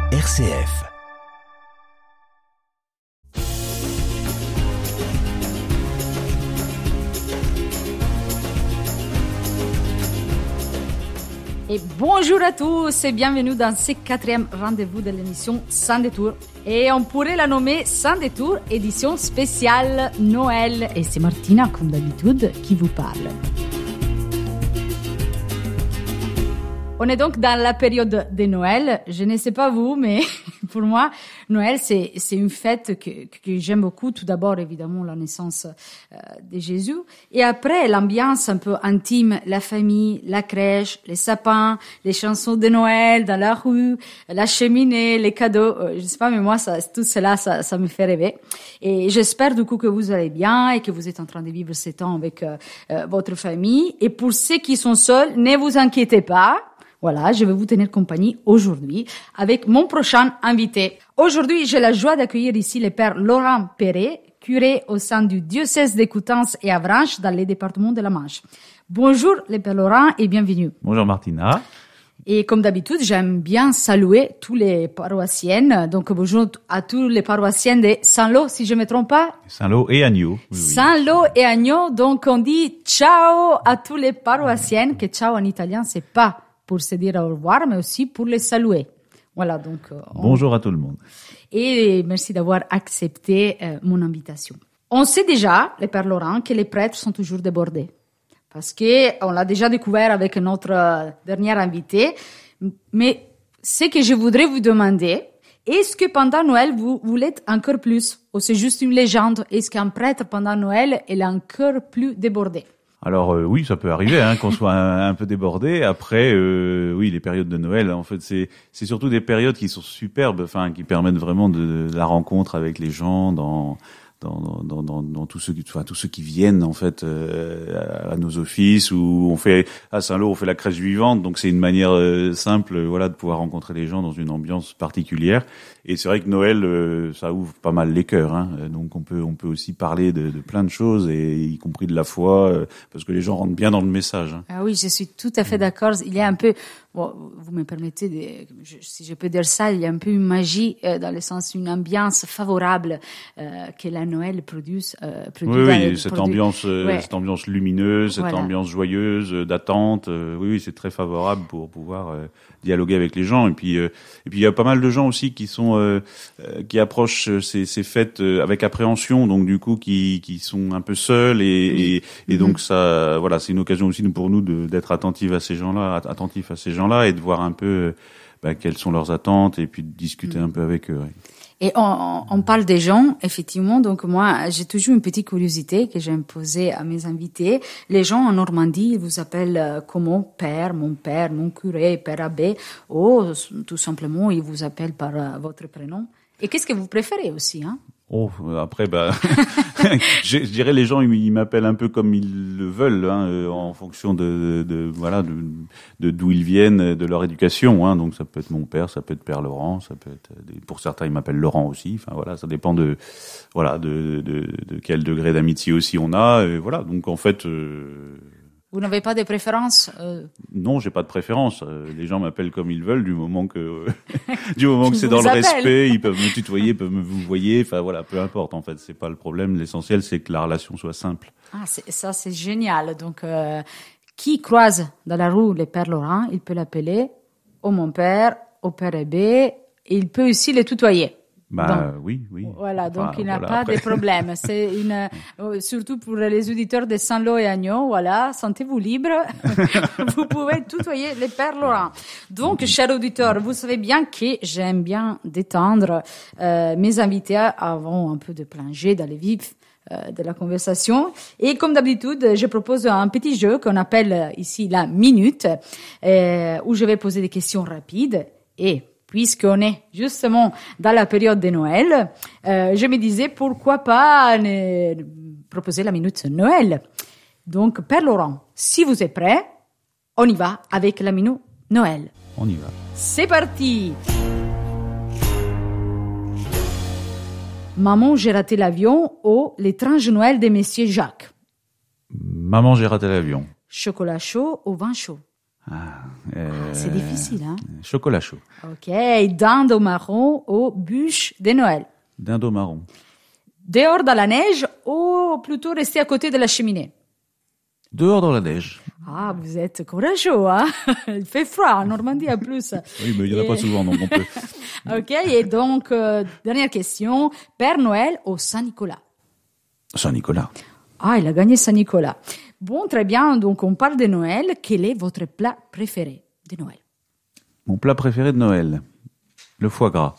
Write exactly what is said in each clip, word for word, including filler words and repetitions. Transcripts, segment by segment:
R C F. Et bonjour à tous et bienvenue dans ce quatrième rendez-vous de l'émission Sans Détour. Et on pourrait la nommer Sans Détour, édition spéciale Noël. Et c'est Martina, comme d'habitude, qui vous parle. On est donc dans la période de Noël. Je ne sais pas vous, mais pour moi, Noël, c'est, c'est une fête que, que j'aime beaucoup. Tout d'abord, évidemment, la naissance euh, de Jésus. Et après, l'ambiance un peu intime, la famille, la crèche, les sapins, les chansons de Noël dans la rue, la cheminée, les cadeaux. Euh, je sais pas, mais moi, ça, tout cela, ça, ça me fait rêver. Et j'espère du coup que vous allez bien et que vous êtes en train de vivre ces temps avec euh, euh, votre famille. Et pour ceux qui sont seuls, ne vous inquiétez pas. Voilà, je vais vous tenir compagnie aujourd'hui avec mon prochain invité. Aujourd'hui, j'ai la joie d'accueillir ici le père Laurent Perret, curé au sein du diocèse de Coutances et Avranches dans le département de la Manche. Bonjour, le père Laurent, et bienvenue. Bonjour Martina. Et comme d'habitude, j'aime bien saluer tous les paroissiennes. Donc, bonjour à tous les paroissiennes de Saint-Lô, si je ne me trompe pas. Saint-Lô et Agneau. Oui, oui. Saint-Lô et Agneau. Donc, on dit ciao à tous les paroissiennes, que ciao en italien, c'est pas pour se dire au revoir, mais aussi pour les saluer. Voilà, donc... On... Bonjour à tout le monde. Et merci d'avoir accepté euh, mon invitation. On sait déjà, le père Laurent, que les prêtres sont toujours débordés. Parce que on l'a déjà découvert avec notre euh, dernier invité. Mais ce que je voudrais vous demander, est-ce que pendant Noël, vous, vous l'êtes encore plus? Ou c'est juste une légende? Est-ce qu'un prêtre, pendant Noël, est encore plus débordé? Alors euh, oui, ça peut arriver hein, qu'on soit un, un peu débordé. Après, euh, oui, les périodes de Noël, en fait, c'est c'est surtout des périodes qui sont superbes, enfin, qui permettent vraiment de, de la rencontre avec les gens, dans dans dans dans, dans tous ceux qui, enfin, tous ceux qui viennent en fait euh, à, à nos offices, où on fait à Saint-Lô, on fait la crèche vivante, donc c'est une manière euh, simple, voilà, de pouvoir rencontrer les gens dans une ambiance particulière. Et c'est vrai que Noël, euh, ça ouvre pas mal les cœurs, hein. Donc on peut on peut aussi parler de, de plein de choses, et y compris de la foi, euh, parce que les gens rentrent bien dans le message. Hein. Ah oui, je suis tout à fait d'accord. Il y a un peu, bon, vous me permettez, de, je, si je peux dire ça, il y a un peu une magie euh, dans le sens une ambiance favorable euh, que la Noël produit. Euh, produit oui, oui, dans, cette produit. ambiance, euh, ouais. cette ambiance lumineuse, cette voilà. ambiance joyeuse, euh, d'attente. Euh, oui, oui, c'est très favorable pour pouvoir euh, dialoguer avec les gens. Et puis, euh, et puis il y a pas mal de gens aussi qui sont euh, euh, qui approchent ces, ces fêtes euh, avec appréhension, donc du coup qui qui sont un peu seuls, et et, et mm-hmm. donc ça, voilà, c'est une occasion aussi pour nous de, d'être attentifs à ces gens-là, attentifs à ces gens-là, et de voir un peu bah, quelles sont leurs attentes, et puis de discuter mm-hmm. un peu avec eux. Ouais. Et on, on parle des gens, effectivement. Donc moi, j'ai toujours une petite curiosité que j'aime poser à mes invités. Les gens en Normandie, ils vous appellent euh, comment? Père, mon père, mon curé, père abbé, ou tout simplement, ils vous appellent par euh, votre prénom. Et qu'est-ce que vous préférez aussi, hein? Oh, après, bah, je, je dirais les gens, ils, ils m'appellent un peu comme ils le veulent, hein, euh, en fonction de, de, de voilà, de, de d'où ils viennent, de leur éducation, hein. Donc ça peut être mon père, ça peut être Père Laurent, ça peut être, pour certains ils m'appellent Laurent aussi. Enfin voilà, ça dépend de, voilà, de, de, de quel degré d'amitié aussi on a. Et voilà, donc en fait. Euh, Vous n'avez pas de préférence euh... Non, j'ai pas de préférence. Les gens m'appellent comme ils veulent, du moment que du moment que c'est dans le respect, ils peuvent me tutoyer, peuvent me vouvoyer. Enfin voilà, peu importe. En fait, c'est pas le problème. L'essentiel, c'est que la relation soit simple. Ah, c'est, ça c'est génial. Donc, euh, qui croise dans la rue le père Laurent, il peut l'appeler au mon père, au père abbé, et il peut aussi le tutoyer. Bah donc, oui, oui. Voilà, donc enfin, il n'a voilà, pas après. de problème. C'est une, euh, surtout pour les auditeurs de Saint-Lô et Agneau, voilà, sentez-vous libre. Vous pouvez tutoyer les pères Laurent. Donc, chers auditeurs, vous savez bien que j'aime bien détendre euh, mes invités avant un peu de plonger dans les vifs euh, de la conversation. Et comme d'habitude, je propose un petit jeu qu'on appelle ici la minute, euh, où je vais poser des questions rapides et puisqu'on est justement dans la période de Noël, euh, je me disais pourquoi pas ne proposer la minute Noël. Donc, Père Laurent, si vous êtes prêt, on y va avec la minute Noël. On y va. C'est parti. Maman, j'ai raté l'avion ou l'étrange Noël de Monsieur Jacques. Maman, j'ai raté l'avion. Chocolat chaud ou vin chaud? Ah, euh, Ah, c'est difficile, hein. Chocolat chaud. Ok, dinde au marron aux bûches de Noël. Dinde au marron. Dehors dans la neige ou plutôt rester à côté de la cheminée? Dehors dans la neige. Ah, vous êtes courageux, hein. Il fait froid en Normandie en plus. Oui, mais il n'y en a Et... pas souvent, donc on peut. Ok, et donc, euh, dernière question. Père Noël ou Saint-Nicolas? Saint-Nicolas. Ah, il a gagné Saint-Nicolas. Bon, très bien. Donc, on parle de Noël. Quel est votre plat préféré de Noël? Mon plat préféré de Noël, le foie gras.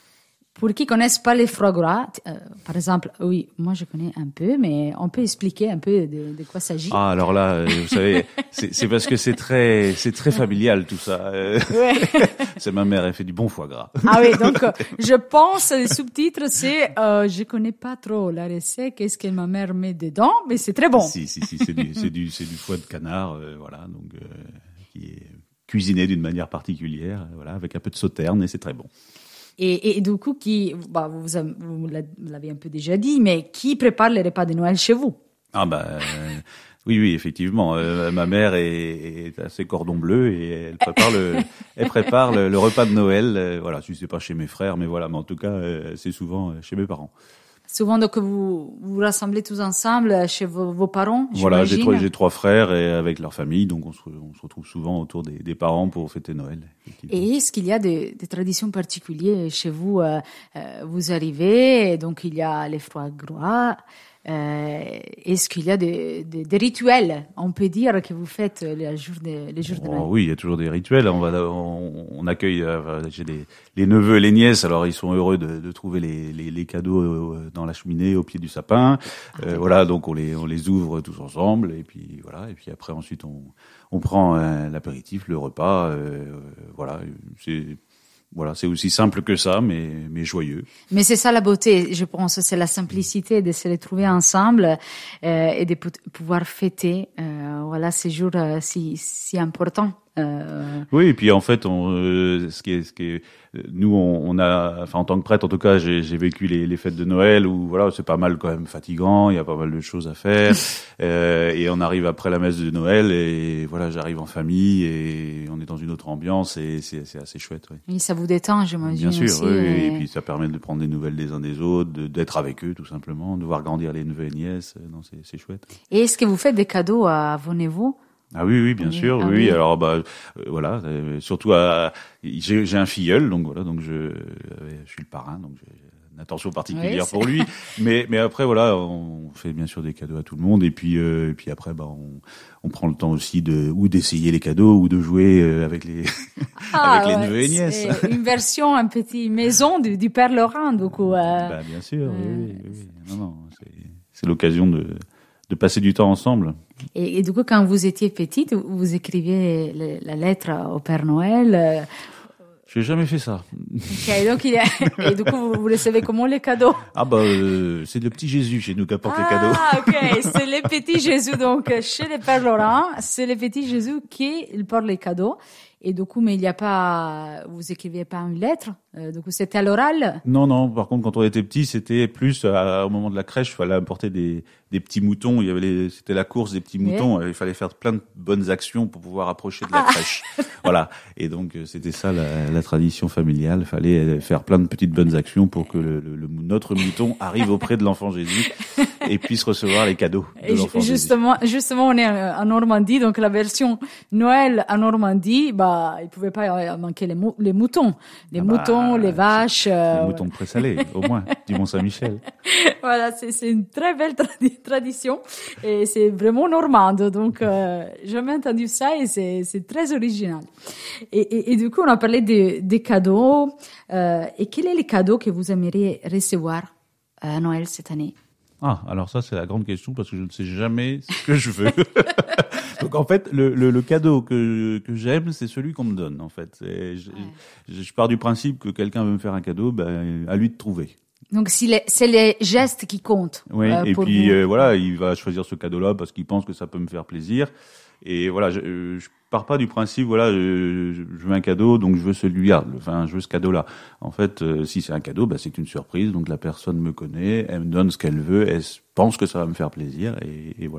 Pour qui connaissent pas les foie gras, euh, par exemple, oui, moi je connais un peu, mais on peut expliquer un peu de, de quoi s'agit. Ah, alors là, euh, vous savez, c'est, c'est parce que c'est très, c'est très familial tout ça. Euh, Ouais. c'est ma mère, elle fait du bon foie gras. Ah oui, donc euh, je pense les sous-titres c'est euh, je connais pas trop la recette, qu'est-ce que ma mère met dedans, mais c'est très bon. Si, si, si, c'est du, c'est du, c'est du foie de canard, euh, voilà, donc euh, qui est cuisiné d'une manière particulière, euh, voilà, avec un peu de sauterne et c'est très bon. Et, et du coup, qui, bah, vous, vous l'avez un peu déjà dit, mais qui prépare les repas de Noël chez vous? Ah bah euh, oui, oui, effectivement. Euh, ma mère est, est assez cordon bleu et elle prépare le, elle prépare le, le repas de Noël. Euh, voilà, si c'est pas chez mes frères, mais voilà, mais en tout cas, euh, c'est souvent chez mes parents. Souvent, donc, vous vous rassemblez tous ensemble chez vos, vos parents, Voilà, j'ai trois, j'imagine. j'ai trois frères et avec leur famille, donc on se, on se retrouve souvent autour des, des parents pour fêter Noël. Et est-ce qu'il y a des, des traditions particulières chez vous? euh, euh, Vous arrivez, et donc il y a les foie gras. Euh, est-ce qu'il y a des, des, des rituels, on peut dire, que vous faites les jours de, les jours de Noël? Oh, oui, il y a toujours des rituels. On va, on, on accueille, euh, j'ai des, les neveux et les nièces. Alors ils sont heureux de, de trouver les, les, les cadeaux dans la cheminée, au pied du sapin. Ah, euh, voilà, donc on les, on les ouvre tous ensemble. Et puis voilà. Et puis après, ensuite, on, on prend euh, l'apéritif, le repas. Euh, voilà, c'est. Voilà, c'est aussi simple que ça, mais, mais joyeux. Mais c'est ça la beauté, je pense, c'est la simplicité de se retrouver ensemble euh, et de pou- pouvoir fêter euh, voilà, ces jours euh, si, si importants. Euh... Oui, et puis en fait, on, euh, ce qui est, ce qui est, nous, on, on a, enfin en tant que prêtre, en tout cas, j'ai, j'ai vécu les, les fêtes de Noël où voilà, c'est pas mal quand même fatigant, il y a pas mal de choses à faire, euh, et on arrive après la messe de Noël et voilà, j'arrive en famille et on est dans une autre ambiance et c'est, c'est assez chouette. Ouais. Oui, ça vous détend, j'imagine. Bien sûr, aussi, oui, et... et puis ça permet de prendre des nouvelles des uns des autres, de, d'être avec eux tout simplement, de voir grandir les neveux et nièces, non, c'est, c'est chouette. Et est-ce que vous faites des cadeaux à vos neveux? Ah oui, oui, bien oui. sûr, Ah oui. oui. Alors bah euh, voilà, euh, surtout à, j'ai, j'ai un filleul, donc voilà, donc je, euh, je suis le parrain, donc j'ai une attention particulière Oui, pour lui. Mais mais après voilà, on fait bien sûr des cadeaux à tout le monde, et puis euh, et puis après bah on, on prend le temps aussi de ou d'essayer les cadeaux ou de jouer euh, avec les ah, avec les ouais, neveux et nièces. C'est une version, un petit maison du, du Père Laurent, donc. Euh... Bah bien sûr, euh... oui, oui, oui. Non non, c'est, c'est l'occasion de de passer du temps ensemble. Et, et du coup, quand vous étiez petite, vous écriviez le, la lettre au Père Noël. Euh... J'ai jamais fait ça. Okay, donc il y a... Et du coup, vous, vous recevez comment les cadeaux? Ah bah euh, c'est le petit Jésus chez nous qui apporte ah, les cadeaux. Ah ok, c'est le petit Jésus. Donc chez le Père Laurent, c'est le petit Jésus qui il porte les cadeaux. Et du coup, mais il n'y a pas, vous écriviez pas une lettre, euh, du coup c'était à l'oral? Non, non, par contre, quand on était petit, c'était plus, à, au moment de la crèche, il fallait apporter des, des petits moutons, il y avait les, c'était la course des petits moutons, oui. Il fallait faire plein de bonnes actions pour pouvoir approcher de la crèche. Voilà. Et donc, c'était ça la, la tradition familiale, il fallait faire plein de petites bonnes actions pour que le, le, le, notre mouton arrive auprès de l'enfant Jésus et puisse recevoir les cadeaux de et l'enfant justement, Jésus. Justement, on est en Normandie, donc la version Noël en Normandie, bah, il pouvait pas manquer les, mou- les moutons, les ah moutons, bah, les vaches. C'est, euh... les moutons de présalé, au moins, du Mont-Saint-Michel. Voilà, c'est, c'est une très belle tradi- tradition et c'est vraiment normande. Donc, euh, j'ai jamais entendu ça et c'est, c'est très original. Et, et, et du coup, on a parlé des, des cadeaux. Euh, et quel est le cadeau que vous aimeriez recevoir à Noël cette année? Ah, alors ça, c'est la grande question parce que je ne sais jamais ce que je veux. Donc, en fait, le, le, le cadeau que, que j'aime, c'est celui qu'on me donne, en fait. Et je, ouais. je, je pars du principe que quelqu'un veut me faire un cadeau, ben, à lui de trouver. Donc, si les, c'est les gestes qui comptent. Oui, euh, et pour puis, vous. euh, voilà, il va choisir ce cadeau-là parce qu'il pense que ça peut me faire plaisir. Et voilà, je, je pars pas du principe, voilà, je, je veux un cadeau, donc je veux celui-là, enfin, je veux ce cadeau-là. En fait, euh, si c'est un cadeau, bah, c'est une surprise, donc la personne me connaît, elle me donne ce qu'elle veut, elle pense que ça va me faire plaisir, et, et voilà.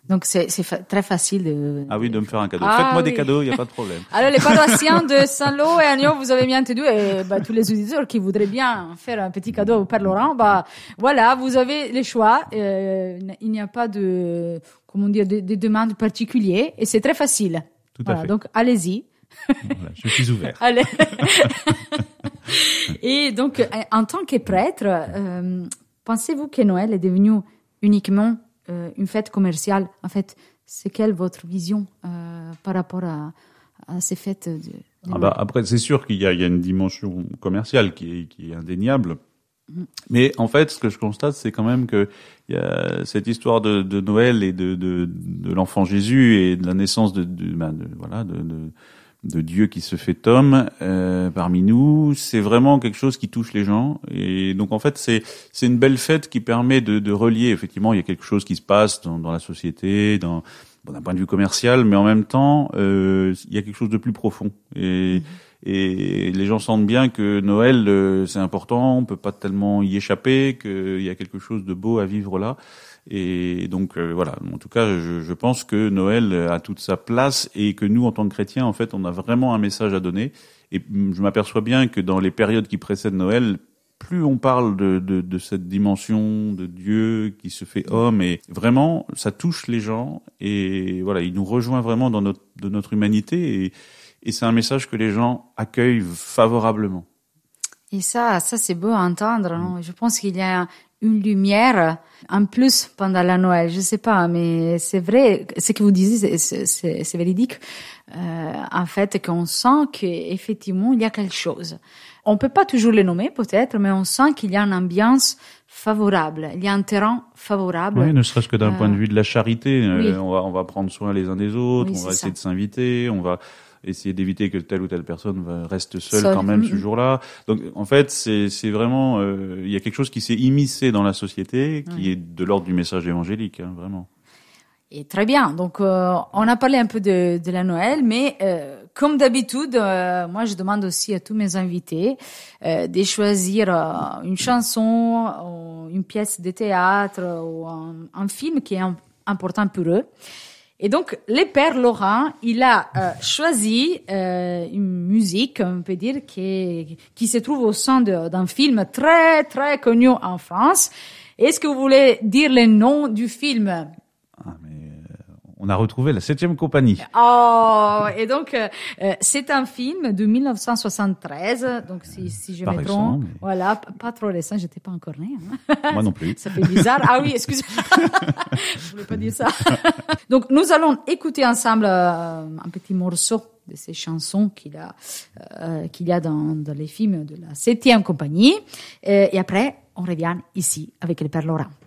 Donc c'est, c'est fa- très facile de... Ah oui, de me faire un cadeau. Ah Faites-moi oui. des cadeaux, il n'y a pas de problème. Alors les paroissiens de Saint-Lô et Agneau, vous avez bien entendu, et bah, tous les auditeurs qui voudraient bien faire un petit cadeau au Père Laurent, bah voilà, vous avez les choix. Euh, il n'y a pas de, comment dire, de, de demandes particulières et c'est très facile. Tout à Voilà, fait. donc allez-y. Voilà, je suis ouvert. Allez. Et donc, en tant que prêtre, euh, pensez-vous que Noël est devenu uniquement euh, une fête commerciale? En fait, c'est quelle votre vision euh, par rapport à, à ces fêtes de, de Ah bah, après, c'est sûr qu'il y a, il y a une dimension commerciale qui est, qui est indéniable. Mmh. Mais en fait, ce que je constate, c'est quand même que il y a cette histoire de, de Noël et de, de, de l'enfant Jésus et de la naissance de, de, ben de voilà, de, de de Dieu qui se fait homme euh, parmi nous, c'est vraiment quelque chose qui touche les gens. Et donc en fait, c'est c'est une belle fête qui permet de, de relier. Effectivement, il y a quelque chose qui se passe dans, dans la société, dans bon, d'un point de vue commercial, mais en même temps, euh, il y a quelque chose de plus profond. Et, mmh. et les gens sentent bien que Noël, euh, c'est important, on peut pas tellement y échapper, qu'il y a quelque chose de beau à vivre là. Et donc euh, voilà, en tout cas, je, je pense que Noël a toute sa place et que nous, en tant que chrétiens, en fait, on a vraiment un message à donner. Et je m'aperçois bien que dans les périodes qui précèdent Noël, plus on parle de, de, de cette dimension de Dieu qui se fait homme, et vraiment, ça touche les gens. Et voilà, il nous rejoint vraiment dans notre, de notre humanité. Et, et c'est un message que les gens accueillent favorablement. Et ça, ça c'est beau à entendre. Non? Je pense qu'il y a une lumière en plus pendant la Noël. Je sais pas, mais c'est vrai. Ce que vous disiez, c'est, c'est, c'est véridique. Euh, en fait, qu'on sent qu'effectivement il y a quelque chose. On peut pas toujours le nommer peut-être, mais on sent qu'il y a une ambiance favorable. Il y a un terrain favorable. Oui, ne serait-ce que d'un euh, point de vue de la charité. Oui. Euh, on va, on va prendre soin les uns des autres. Oui, on va essayer ça. de s'inviter. On va essayer d'éviter que telle ou telle personne reste seule Seul. quand même mmh. ce jour-là. Donc en fait, c'est c'est vraiment euh, il y a quelque chose qui s'est immiscé dans la société qui mmh. est de l'ordre du message évangélique, hein, vraiment. Et très bien. Donc euh, on a parlé un peu de de la Noël, mais euh, comme d'habitude, euh, moi je demande aussi à tous mes invités euh, de choisir euh, une chanson, ou une pièce de théâtre ou un, un film qui est un, important pour eux. Et donc, le Père Laurent, il a euh, choisi euh, une musique, on peut dire, qui, qui se trouve au sein de, d'un film très, très connu en France. Est-ce que vous voulez dire le nom du film? Ah, mais on a retrouvé la septième compagnie. Oh, et donc, euh, c'est un film de mille neuf cent soixante-treize, donc si, si je pas me récent, trompe. mais... Voilà, pas trop récent, j'étais pas encore née. Hein. Moi non plus. Ça fait bizarre. Ah oui, excusez-moi. Je voulais pas dire ça. Donc, nous allons écouter ensemble euh, un petit morceau de ces chansons qu'il a, euh, qu'il y a dans, dans les films de la septième compagnie. Et, et après, on revient ici avec le Père Laurent.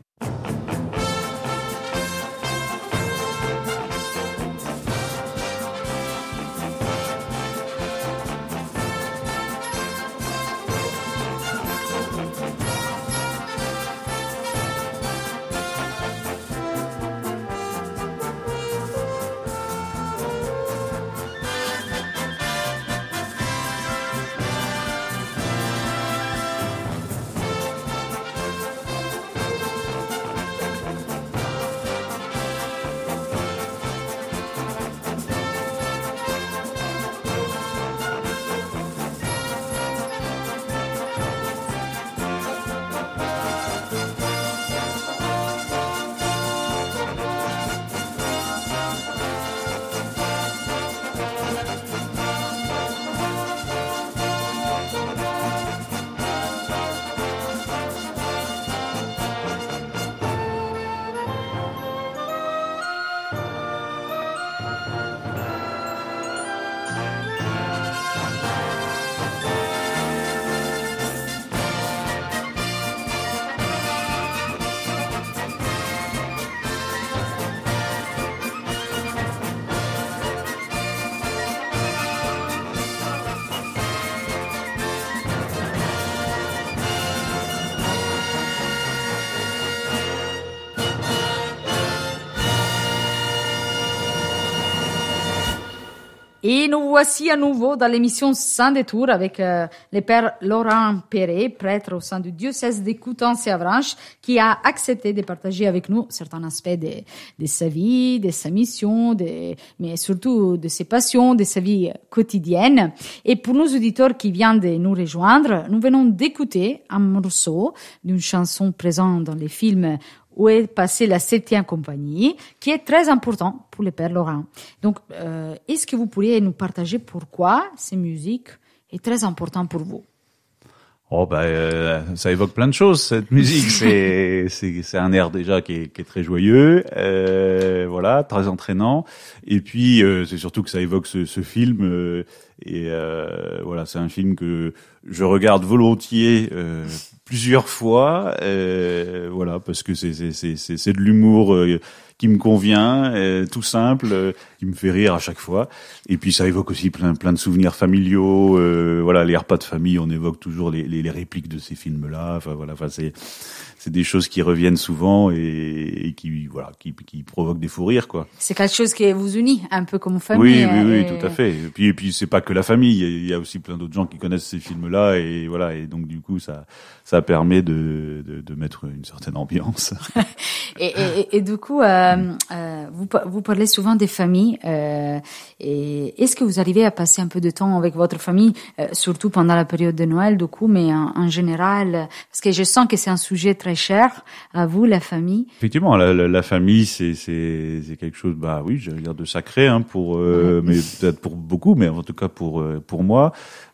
Et nous voici à nouveau dans l'émission Sans détour avec euh, le père Laurent Perret, prêtre au sein du diocèse de Coutances-et-Avranches, qui a accepté de partager avec nous certains aspects de, de sa vie, de sa mission, de, mais surtout de ses passions, de sa vie quotidienne. Et pour nos auditeurs qui viennent de nous rejoindre, nous venons d'écouter un morceau d'une chanson présente dans les films où est passée la septième compagnie, qui est très important pour le père Laurent. Donc, euh, est-ce que vous pourriez nous partager pourquoi cette musique est très importante pour vous? Oh bah euh, ça évoque plein de choses cette musique. C'est c'est c'est un air déjà qui est qui est très joyeux, euh, voilà, très entraînant. Et puis euh, c'est surtout que ça évoque ce, ce film. Euh, et euh, voilà, c'est un film que je regarde volontiers euh, plusieurs fois. Euh, voilà, parce que c'est c'est c'est c'est, c'est de l'humour euh, qui me convient, euh, tout simple, euh, qui me fait rire à chaque fois. Et puis ça évoque aussi plein plein de souvenirs familiaux. Euh, voilà, les repas de famille, on évoque toujours les les, les répliques de ces films-là. Enfin voilà, enfin c'est c'est des choses qui reviennent souvent et, et qui voilà qui qui provoquent des fous rires quoi. C'est quelque chose qui vous unit un peu comme famille. Oui oui oui, et... tout à fait. Et puis et puis c'est pas que la famille, il y a aussi plein d'autres gens qui connaissent ces films-là et voilà et donc du coup ça ça permet de de, de mettre une certaine ambiance. et, et et du coup euh, euh, vous vous parlez souvent des familles euh, et est-ce que vous arrivez à passer un peu de temps avec votre famille euh, surtout pendant la période de Noël du coup mais en, en général parce que je sens que c'est un sujet très cher à vous la famille. Effectivement la la, la famille c'est c'est c'est quelque chose bah oui je veux dire de sacré hein pour euh, ouais. mais peut-être pour beaucoup mais en tout cas pour pour moi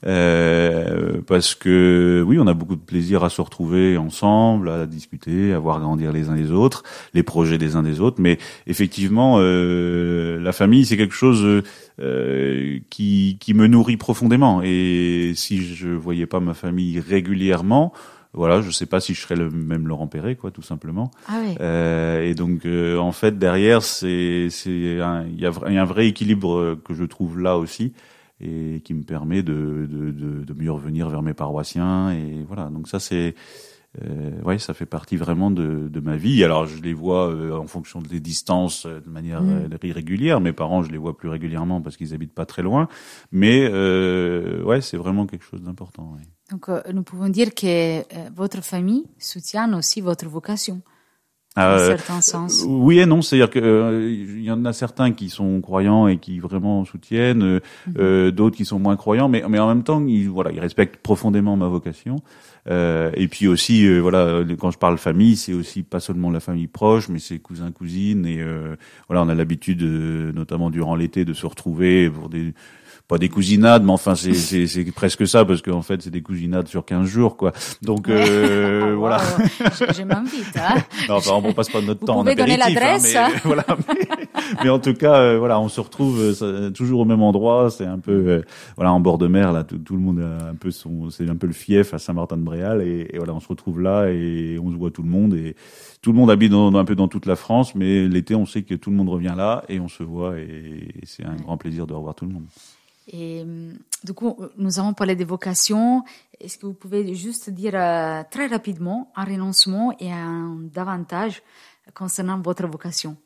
euh, parce que oui on a beaucoup de plaisir à se retrouver ensemble à discuter à voir grandir les uns les autres les projets des uns des autres mais effectivement euh, la famille c'est quelque chose euh, qui qui me nourrit profondément et si je voyais pas ma famille régulièrement voilà, je sais pas si je serais le même Laurent Perret, quoi, tout simplement. Ah oui. Euh, et donc, euh, en fait, derrière, c'est, c'est, il y a, y a un vrai équilibre que je trouve là aussi, et qui me permet de, de, de, de mieux revenir vers mes paroissiens. Et voilà, donc ça, c'est, euh, ouais, ça fait partie vraiment de, de ma vie. Alors, je les vois euh, en fonction des distances, de manière mmh. euh, irrégulière. Mes parents, je les vois plus régulièrement parce qu'ils habitent pas très loin. Mais euh, ouais, c'est vraiment quelque chose d'important. Ouais. Donc, euh, nous pouvons dire que euh, votre famille soutient aussi votre vocation, dans euh, un certain sens. Oui et non, c'est-à-dire que euh, il y en a certains qui sont croyants et qui vraiment soutiennent, euh, mm-hmm. euh, d'autres qui sont moins croyants, mais mais en même temps, ils voilà, ils respectent profondément ma vocation. Euh, et puis aussi, euh, voilà, quand je parle famille, c'est aussi pas seulement la famille proche, mais c'est cousins, cousines, et euh, voilà, on a l'habitude, euh, notamment durant l'été, de se retrouver pour des pas des cousinades, mais enfin c'est c'est c'est presque ça parce qu'en fait c'est des cousinades sur quinze jours quoi. Donc euh, oh, voilà. Wow. Je m'invite. Hein. Non, enfin on passe pas notre Vous temps en apéritif. Vous pouvez donner l'adresse. Hein, mais, voilà. Mais, mais en tout cas euh, voilà, on se retrouve ça, toujours au même endroit. C'est un peu euh, voilà en bord de mer là. Tout, tout le monde a un peu son, c'est un peu le fief à Saint-Martin-de-Bréal et, et voilà on se retrouve là et on se voit tout le monde et tout le monde habite dans, dans, un peu dans toute la France, mais l'été on sait que tout le monde revient là et on se voit et, et c'est un ouais. grand plaisir de revoir tout le monde. Et du coup, nous avons parlé des vocations. Est-ce que vous pouvez juste dire euh, très rapidement un renoncement et un davantage concernant votre vocation?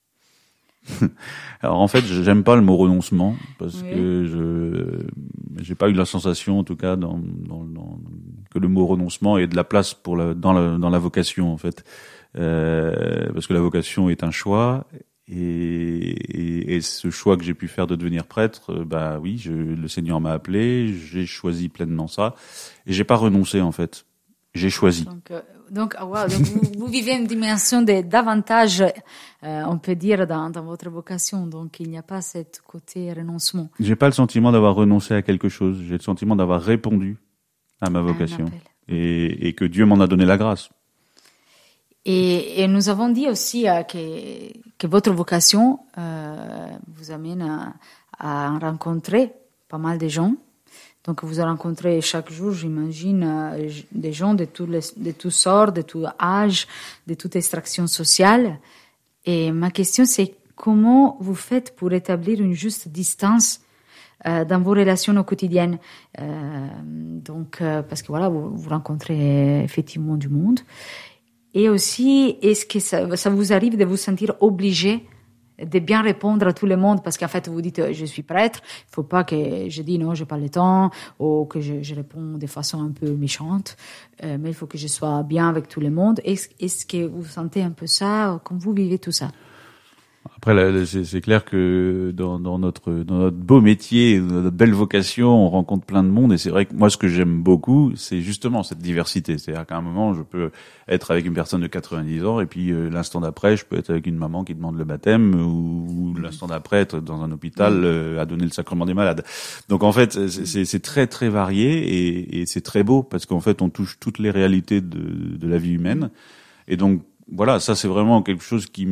Alors en fait, j'aime pas le mot renoncement parce oui. que je j'ai pas eu la sensation, en tout cas, dans, dans, dans, que le mot renoncement ait de la place pour la, dans la dans la vocation en fait, euh, parce que la vocation est un choix. Et, et, et ce choix que j'ai pu faire de devenir prêtre, bah oui, je, le Seigneur m'a appelé, j'ai choisi pleinement ça, et j'ai pas renoncé en fait, j'ai choisi. Donc, euh, donc, wow, donc vous, vous vivez une dimension de davantage, euh, on peut dire, dans, dans votre vocation. Donc il n'y a pas cet côté renoncement. J'ai pas le sentiment d'avoir renoncé à quelque chose. J'ai le sentiment d'avoir répondu à ma vocation, et, et que Dieu m'en a donné la grâce. Et, et nous avons dit aussi euh, que, que votre vocation euh, vous amène à, à rencontrer pas mal de gens. Donc vous rencontrez chaque jour, j'imagine, euh, des gens de tous les, de tous sortes, de tout âge, de toute extraction sociale. Et ma question, c'est comment vous faites pour établir une juste distance euh, dans vos relations au quotidien. Euh, donc, euh, parce que voilà, vous, vous rencontrez effectivement du monde. Et aussi, est-ce que ça, ça vous arrive de vous sentir obligé de bien répondre à tout le monde, parce qu'en fait, vous dites, je suis prêtre, il faut pas que je dise non, j'ai pas le temps, ou que je, je réponds de façon un peu méchante, euh, mais il faut que je sois bien avec tout le monde. Est-ce, est-ce que vous sentez un peu ça, comme vous vivez tout ça? Après, là, c'est, c'est clair que dans, dans notre dans notre beau métier, dans notre belle vocation, on rencontre plein de monde. Et c'est vrai que moi, ce que j'aime beaucoup, c'est justement cette diversité. C'est-à-dire qu'à un moment, je peux être avec une personne de quatre-vingt-dix ans, et puis euh, l'instant d'après, je peux être avec une maman qui demande le baptême, ou, ou l'instant d'après, être dans un hôpital euh, à donner le sacrement des malades. Donc en fait, c'est, c'est, c'est très très varié, et, et c'est très beau, parce qu'en fait, on touche toutes les réalités de, de la vie humaine. Et donc, voilà, ça c'est vraiment quelque chose qui,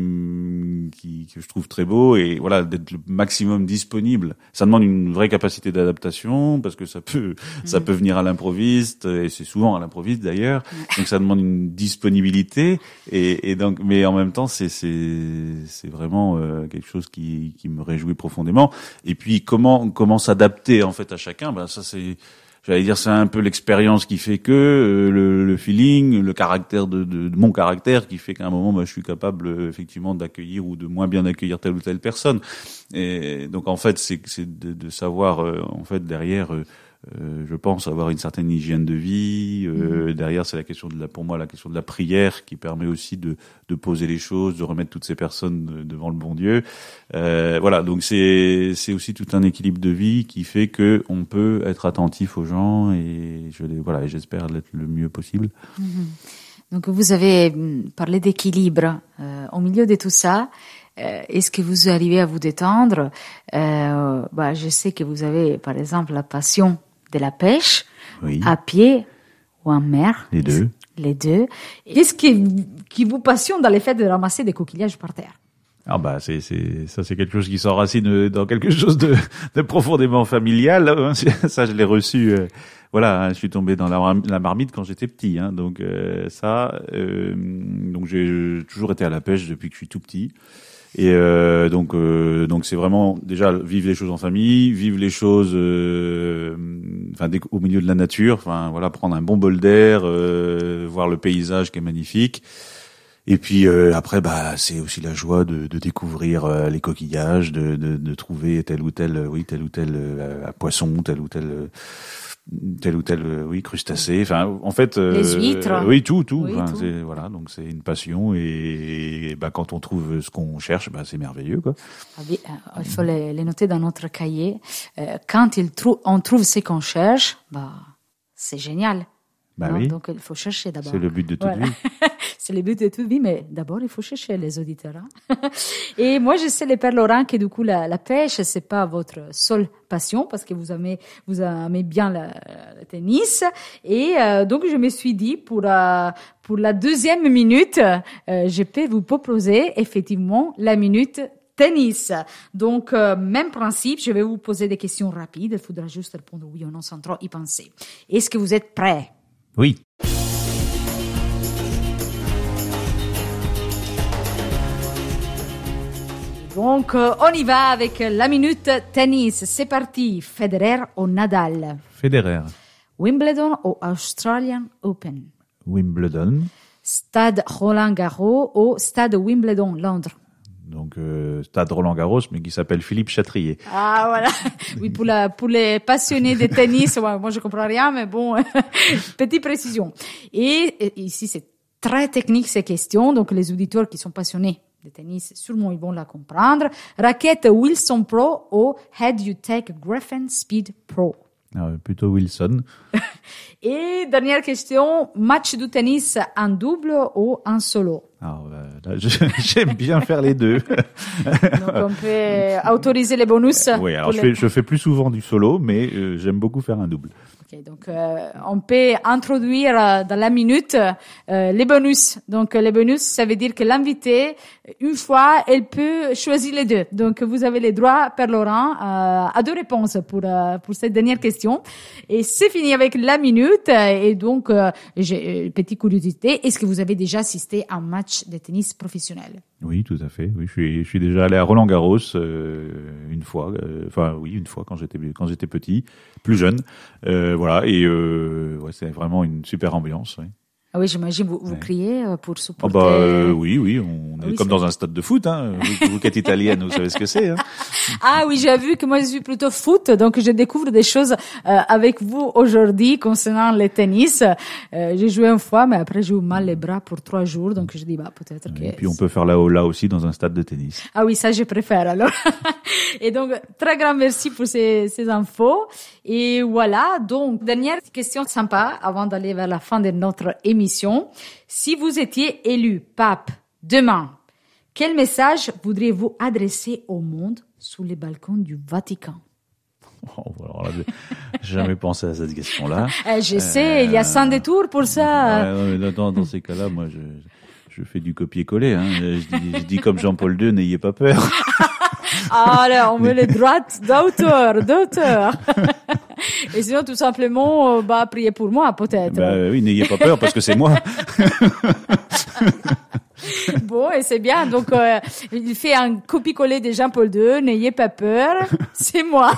qui que je trouve très beau, et voilà, d'être le maximum disponible. Ça demande une vraie capacité d'adaptation, parce que ça peut mmh. ça peut venir à l'improviste, et c'est souvent à l'improviste d'ailleurs. Mmh. Donc ça demande une disponibilité, et, et donc mais en même temps c'est c'est c'est vraiment euh, quelque chose qui qui me réjouit profondément. Et puis comment comment s'adapter en fait à chacun, ben ça c'est J'allais dire, c'est un peu l'expérience qui fait que, euh, le, le feeling, le caractère de, de, de mon caractère qui fait qu'à un moment, bah, je suis capable euh, effectivement d'accueillir ou de moins bien accueillir telle ou telle personne. Et donc en fait, c'est, c'est de, de savoir euh, en fait derrière. Euh, Euh, je pense avoir une certaine hygiène de vie. Euh, mmh. Derrière, c'est la question de la, pour moi, la question de la prière qui permet aussi de, de poser les choses, de remettre toutes ces personnes devant le bon Dieu. Euh, voilà, donc c'est, c'est aussi tout un équilibre de vie qui fait que on peut être attentif aux gens, et je les, voilà, et j'espère l'être le mieux possible. Mmh. Donc vous avez parlé d'équilibre euh, au milieu de tout ça. Euh, est-ce que vous arrivez à vous détendre? euh, bah, je sais que vous avez, par exemple, la passion de la pêche, oui. à pied ou en mer. Les deux. Les deux. Qu'est-ce qui, qui vous passionne dans le fait de ramasser des coquillages par terre? Ah bah c'est c'est ça c'est quelque chose qui s'enracine dans quelque chose de, de profondément familial. Hein. Ça je l'ai reçu. Euh, voilà, hein, je suis tombé dans la, la marmite quand j'étais petit. Hein, donc euh, ça, euh, donc j'ai toujours été à la pêche depuis que je suis tout petit. Et euh, donc euh, donc c'est vraiment déjà vivre les choses en famille, vivre les choses euh, enfin dès, au milieu de la nature, enfin voilà, prendre un bon bol d'air, euh, voir le paysage qui est magnifique. Et puis euh, après bah c'est aussi la joie de, de découvrir euh, les coquillages, de, de de trouver tel ou tel oui tel ou tel euh, poisson, tel ou tel euh, tel ou tel euh, oui crustacé, enfin en fait euh, les huîtres, euh, oui tout tout, oui, enfin, tout. c'est voilà, donc c'est une passion, et, et bah quand on trouve ce qu'on cherche, bah c'est merveilleux quoi. Ah oui, euh, il faut les, les noter dans notre cahier. Euh, quand il trou- on trouve ce qu'on cherche, bah c'est génial. Bah non, oui. Donc il faut chercher d'abord. C'est le but de toute voilà. vie. C'est le but de toute vie, mais d'abord il faut chercher, les auditeurs. Hein. Et moi je sais, les Pères Laurent, que du coup la, la pêche c'est pas votre seule passion, parce que vous aimez vous aimez bien le, le tennis. Et euh, donc je me suis dit pour euh, pour la deuxième minute, euh, je peux vous proposer effectivement la minute tennis. Donc, euh, même principe, je vais vous poser des questions rapides. Il faudra juste répondre oui ou non sans trop y penser. Est-ce que vous êtes prêts? Oui. Donc, euh, on y va avec la minute tennis. C'est parti. Federer ou Nadal? Federer. Wimbledon ou Australian Open? Wimbledon. Stade Roland-Garros ou Stade Wimbledon, Londres? Donc euh, Stade Roland-Garros, mais qui s'appelle Philippe Chatrier. Ah voilà, oui, pour la pour les passionnés de tennis, ouais, moi je comprends rien, mais bon, petite précision. Et, et ici c'est très technique ces questions, donc les auditeurs qui sont passionnés de tennis, sûrement ils vont la comprendre. Raquette Wilson Pro ou Head You Take Griffin Speed Pro? Ah, plutôt Wilson. Et dernière question, match de tennis en double ou en solo? Alors, là, je, j'aime bien faire les deux. Donc on peut autoriser les bonus. Oui, alors je, les... fais, je fais plus souvent du solo, mais euh, j'aime beaucoup faire un double. Okay, donc euh, on peut introduire euh, dans la minute euh, les bonus. Donc les bonus, ça veut dire que l'invité, une fois, elle peut choisir les deux. Donc vous avez les droits, Père Laurent, euh, à deux réponses pour euh, pour cette dernière question. Et c'est fini avec la minute. Et donc euh, j'ai une petite curiosité. Est-ce que vous avez déjà assisté à un match de tennis professionnel? Oui, tout à fait. Oui, je suis je suis déjà allé à Roland-Garros euh, une fois. Euh, enfin oui, une fois quand j'étais quand j'étais petit, plus jeune. Euh, Voilà, et euh, ouais, c'est vraiment une super ambiance. Oui. Ah oui, j'imagine, vous, vous Ouais. criez pour supporter. Oh bah euh, oui, oui, on est Oui, comme c'est dans vrai. un stade de foot. Hein. Vous, vous qui êtes italienne, vous savez ce que c'est. Hein. Ah oui, j'ai vu que moi je suis plutôt foot, donc je découvre des choses euh, avec vous aujourd'hui concernant le tennis. Euh, j'ai joué une fois, mais après j'ai eu mal les bras pour trois jours, donc je dis bah peut-être que. Et puis on peut faire la ola aussi dans un stade de tennis. Ah oui, ça je préfère alors. Et donc très grand merci pour ces, ces infos. Et voilà, donc dernière question sympa avant d'aller vers la fin de notre émission. Si vous étiez élu pape demain, quel message voudriez-vous adresser au monde sous les balcons du Vatican? Oh, alors là, j'ai jamais pensé à cette question-là. Eh, je sais, il y a cent détours pour ça. Ouais, non, mais dans, dans ces cas-là, moi, je, je fais du copier-coller. Hein. Je, dis, je dis comme Jean-Paul deux, n'ayez pas peur. Ah là, on veut les droits d'auteur, d'auteur. Et sinon, tout simplement, euh, bah, priez pour moi, peut-être. Bah oui, n'ayez pas peur parce que c'est moi. Bon, et c'est bien. Donc, euh, il fait un copie-coller de Jean-Paul deux. N'ayez pas peur, c'est moi.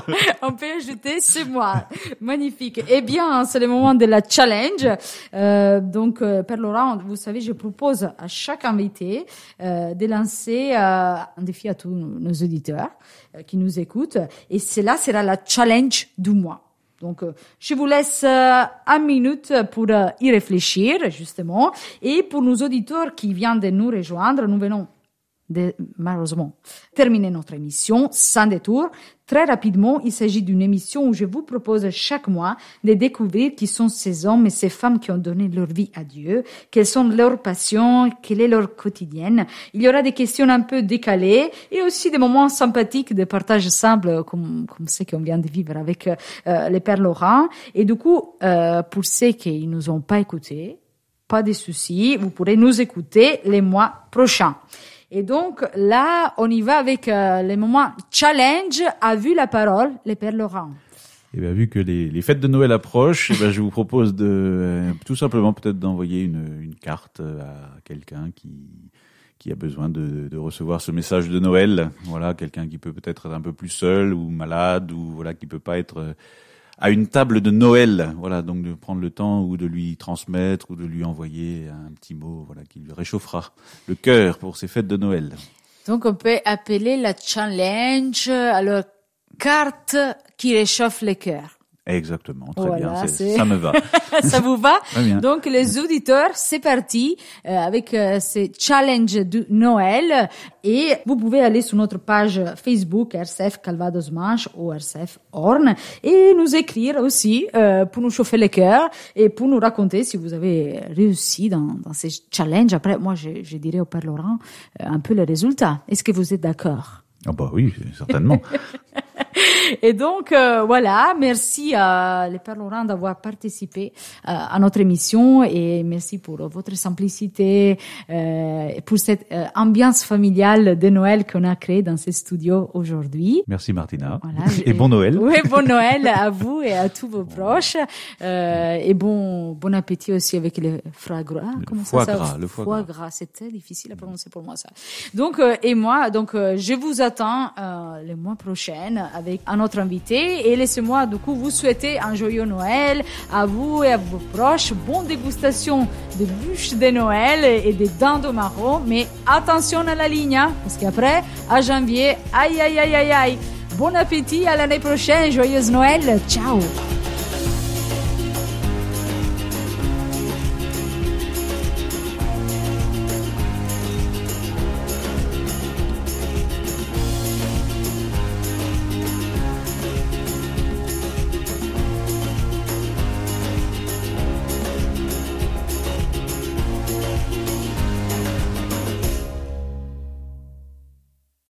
On peut ajouter, c'est moi. Magnifique. Eh bien, c'est le moment de la challenge. Euh, donc, euh, Père Laurent, vous savez, je propose à chaque invité euh, de lancer euh, un défi à tous nos auditeurs euh, qui nous écoutent. Et cela sera la challenge du mois. Donc, euh, je vous laisse euh, une minute pour euh, y réfléchir, justement. Et pour nos auditeurs qui viennent de nous rejoindre, nous venons de, malheureusement, terminer notre émission sans détour. Très rapidement, il s'agit d'une émission où je vous propose chaque mois de découvrir qui sont ces hommes et ces femmes qui ont donné leur vie à Dieu, quelles sont leurs passions, quelle est leur quotidienne. Il y aura des questions un peu décalées et aussi des moments sympathiques de partage simple comme, comme ce qu'on vient de vivre avec euh, les Pères Laurent. Et du coup, euh, pour ceux qui ne nous ont pas écoutés, pas de soucis, vous pourrez nous écouter les mois prochains. Et donc, là, on y va avec euh, les moments challenge. A vu la parole, les Pères Laurent. Et bien, vu que les, les fêtes de Noël approchent, eh ben, je vous propose de euh, tout simplement peut-être d'envoyer une, une carte à quelqu'un qui qui a besoin de, de recevoir ce message de Noël. Voilà, quelqu'un qui peut peut-être être un peu plus seul ou malade ou voilà qui peut pas être à une table de Noël. Voilà, donc de prendre le temps ou de lui transmettre ou de lui envoyer un petit mot, voilà, qui lui réchauffera le cœur pour ces fêtes de Noël. Donc, on peut appeler la challenge, alors, carte qui réchauffe le cœur. Exactement, très Voilà, bien, c'est, c'est... ça me va. Ça vous va? Très bien. Donc, les auditeurs, c'est parti euh, avec euh, ces challenges de Noël. Et vous pouvez aller sur notre page Facebook R C F Calvados Manche ou R C F Orne et nous écrire aussi euh, pour nous chauffer le cœur et pour nous raconter si vous avez réussi dans, dans ces challenges. Après, moi, je, je dirais au Père Laurent euh, un peu les résultats. Est-ce que vous êtes d'accord? Ah bah oui, certainement. Et donc, euh, voilà, merci à les Pères Laurent d'avoir participé euh, à notre émission et merci pour votre simplicité euh, et pour cette euh, ambiance familiale de Noël qu'on a créée dans ces studios aujourd'hui. Merci Martina. Voilà, et bon Noël. Oui, bon Noël à vous et à tous vos proches. Euh, et bon bon appétit aussi avec le foie gras. Le Comment foie ça, ça gras, le foie gras. gras. C'était difficile à prononcer pour moi ça. Donc euh, et moi, donc euh, je vous attends euh, le mois prochain avec un autre invité et laissez-moi du coup vous souhaiter un joyeux Noël à vous et à vos proches. Bonne dégustation de bûches de Noël et des dents de marron, mais attention à la ligne hein, parce qu'après à janvier, aïe aïe aïe aïe aïe. Bon appétit, à l'année prochaine, joyeuse Noël, ciao.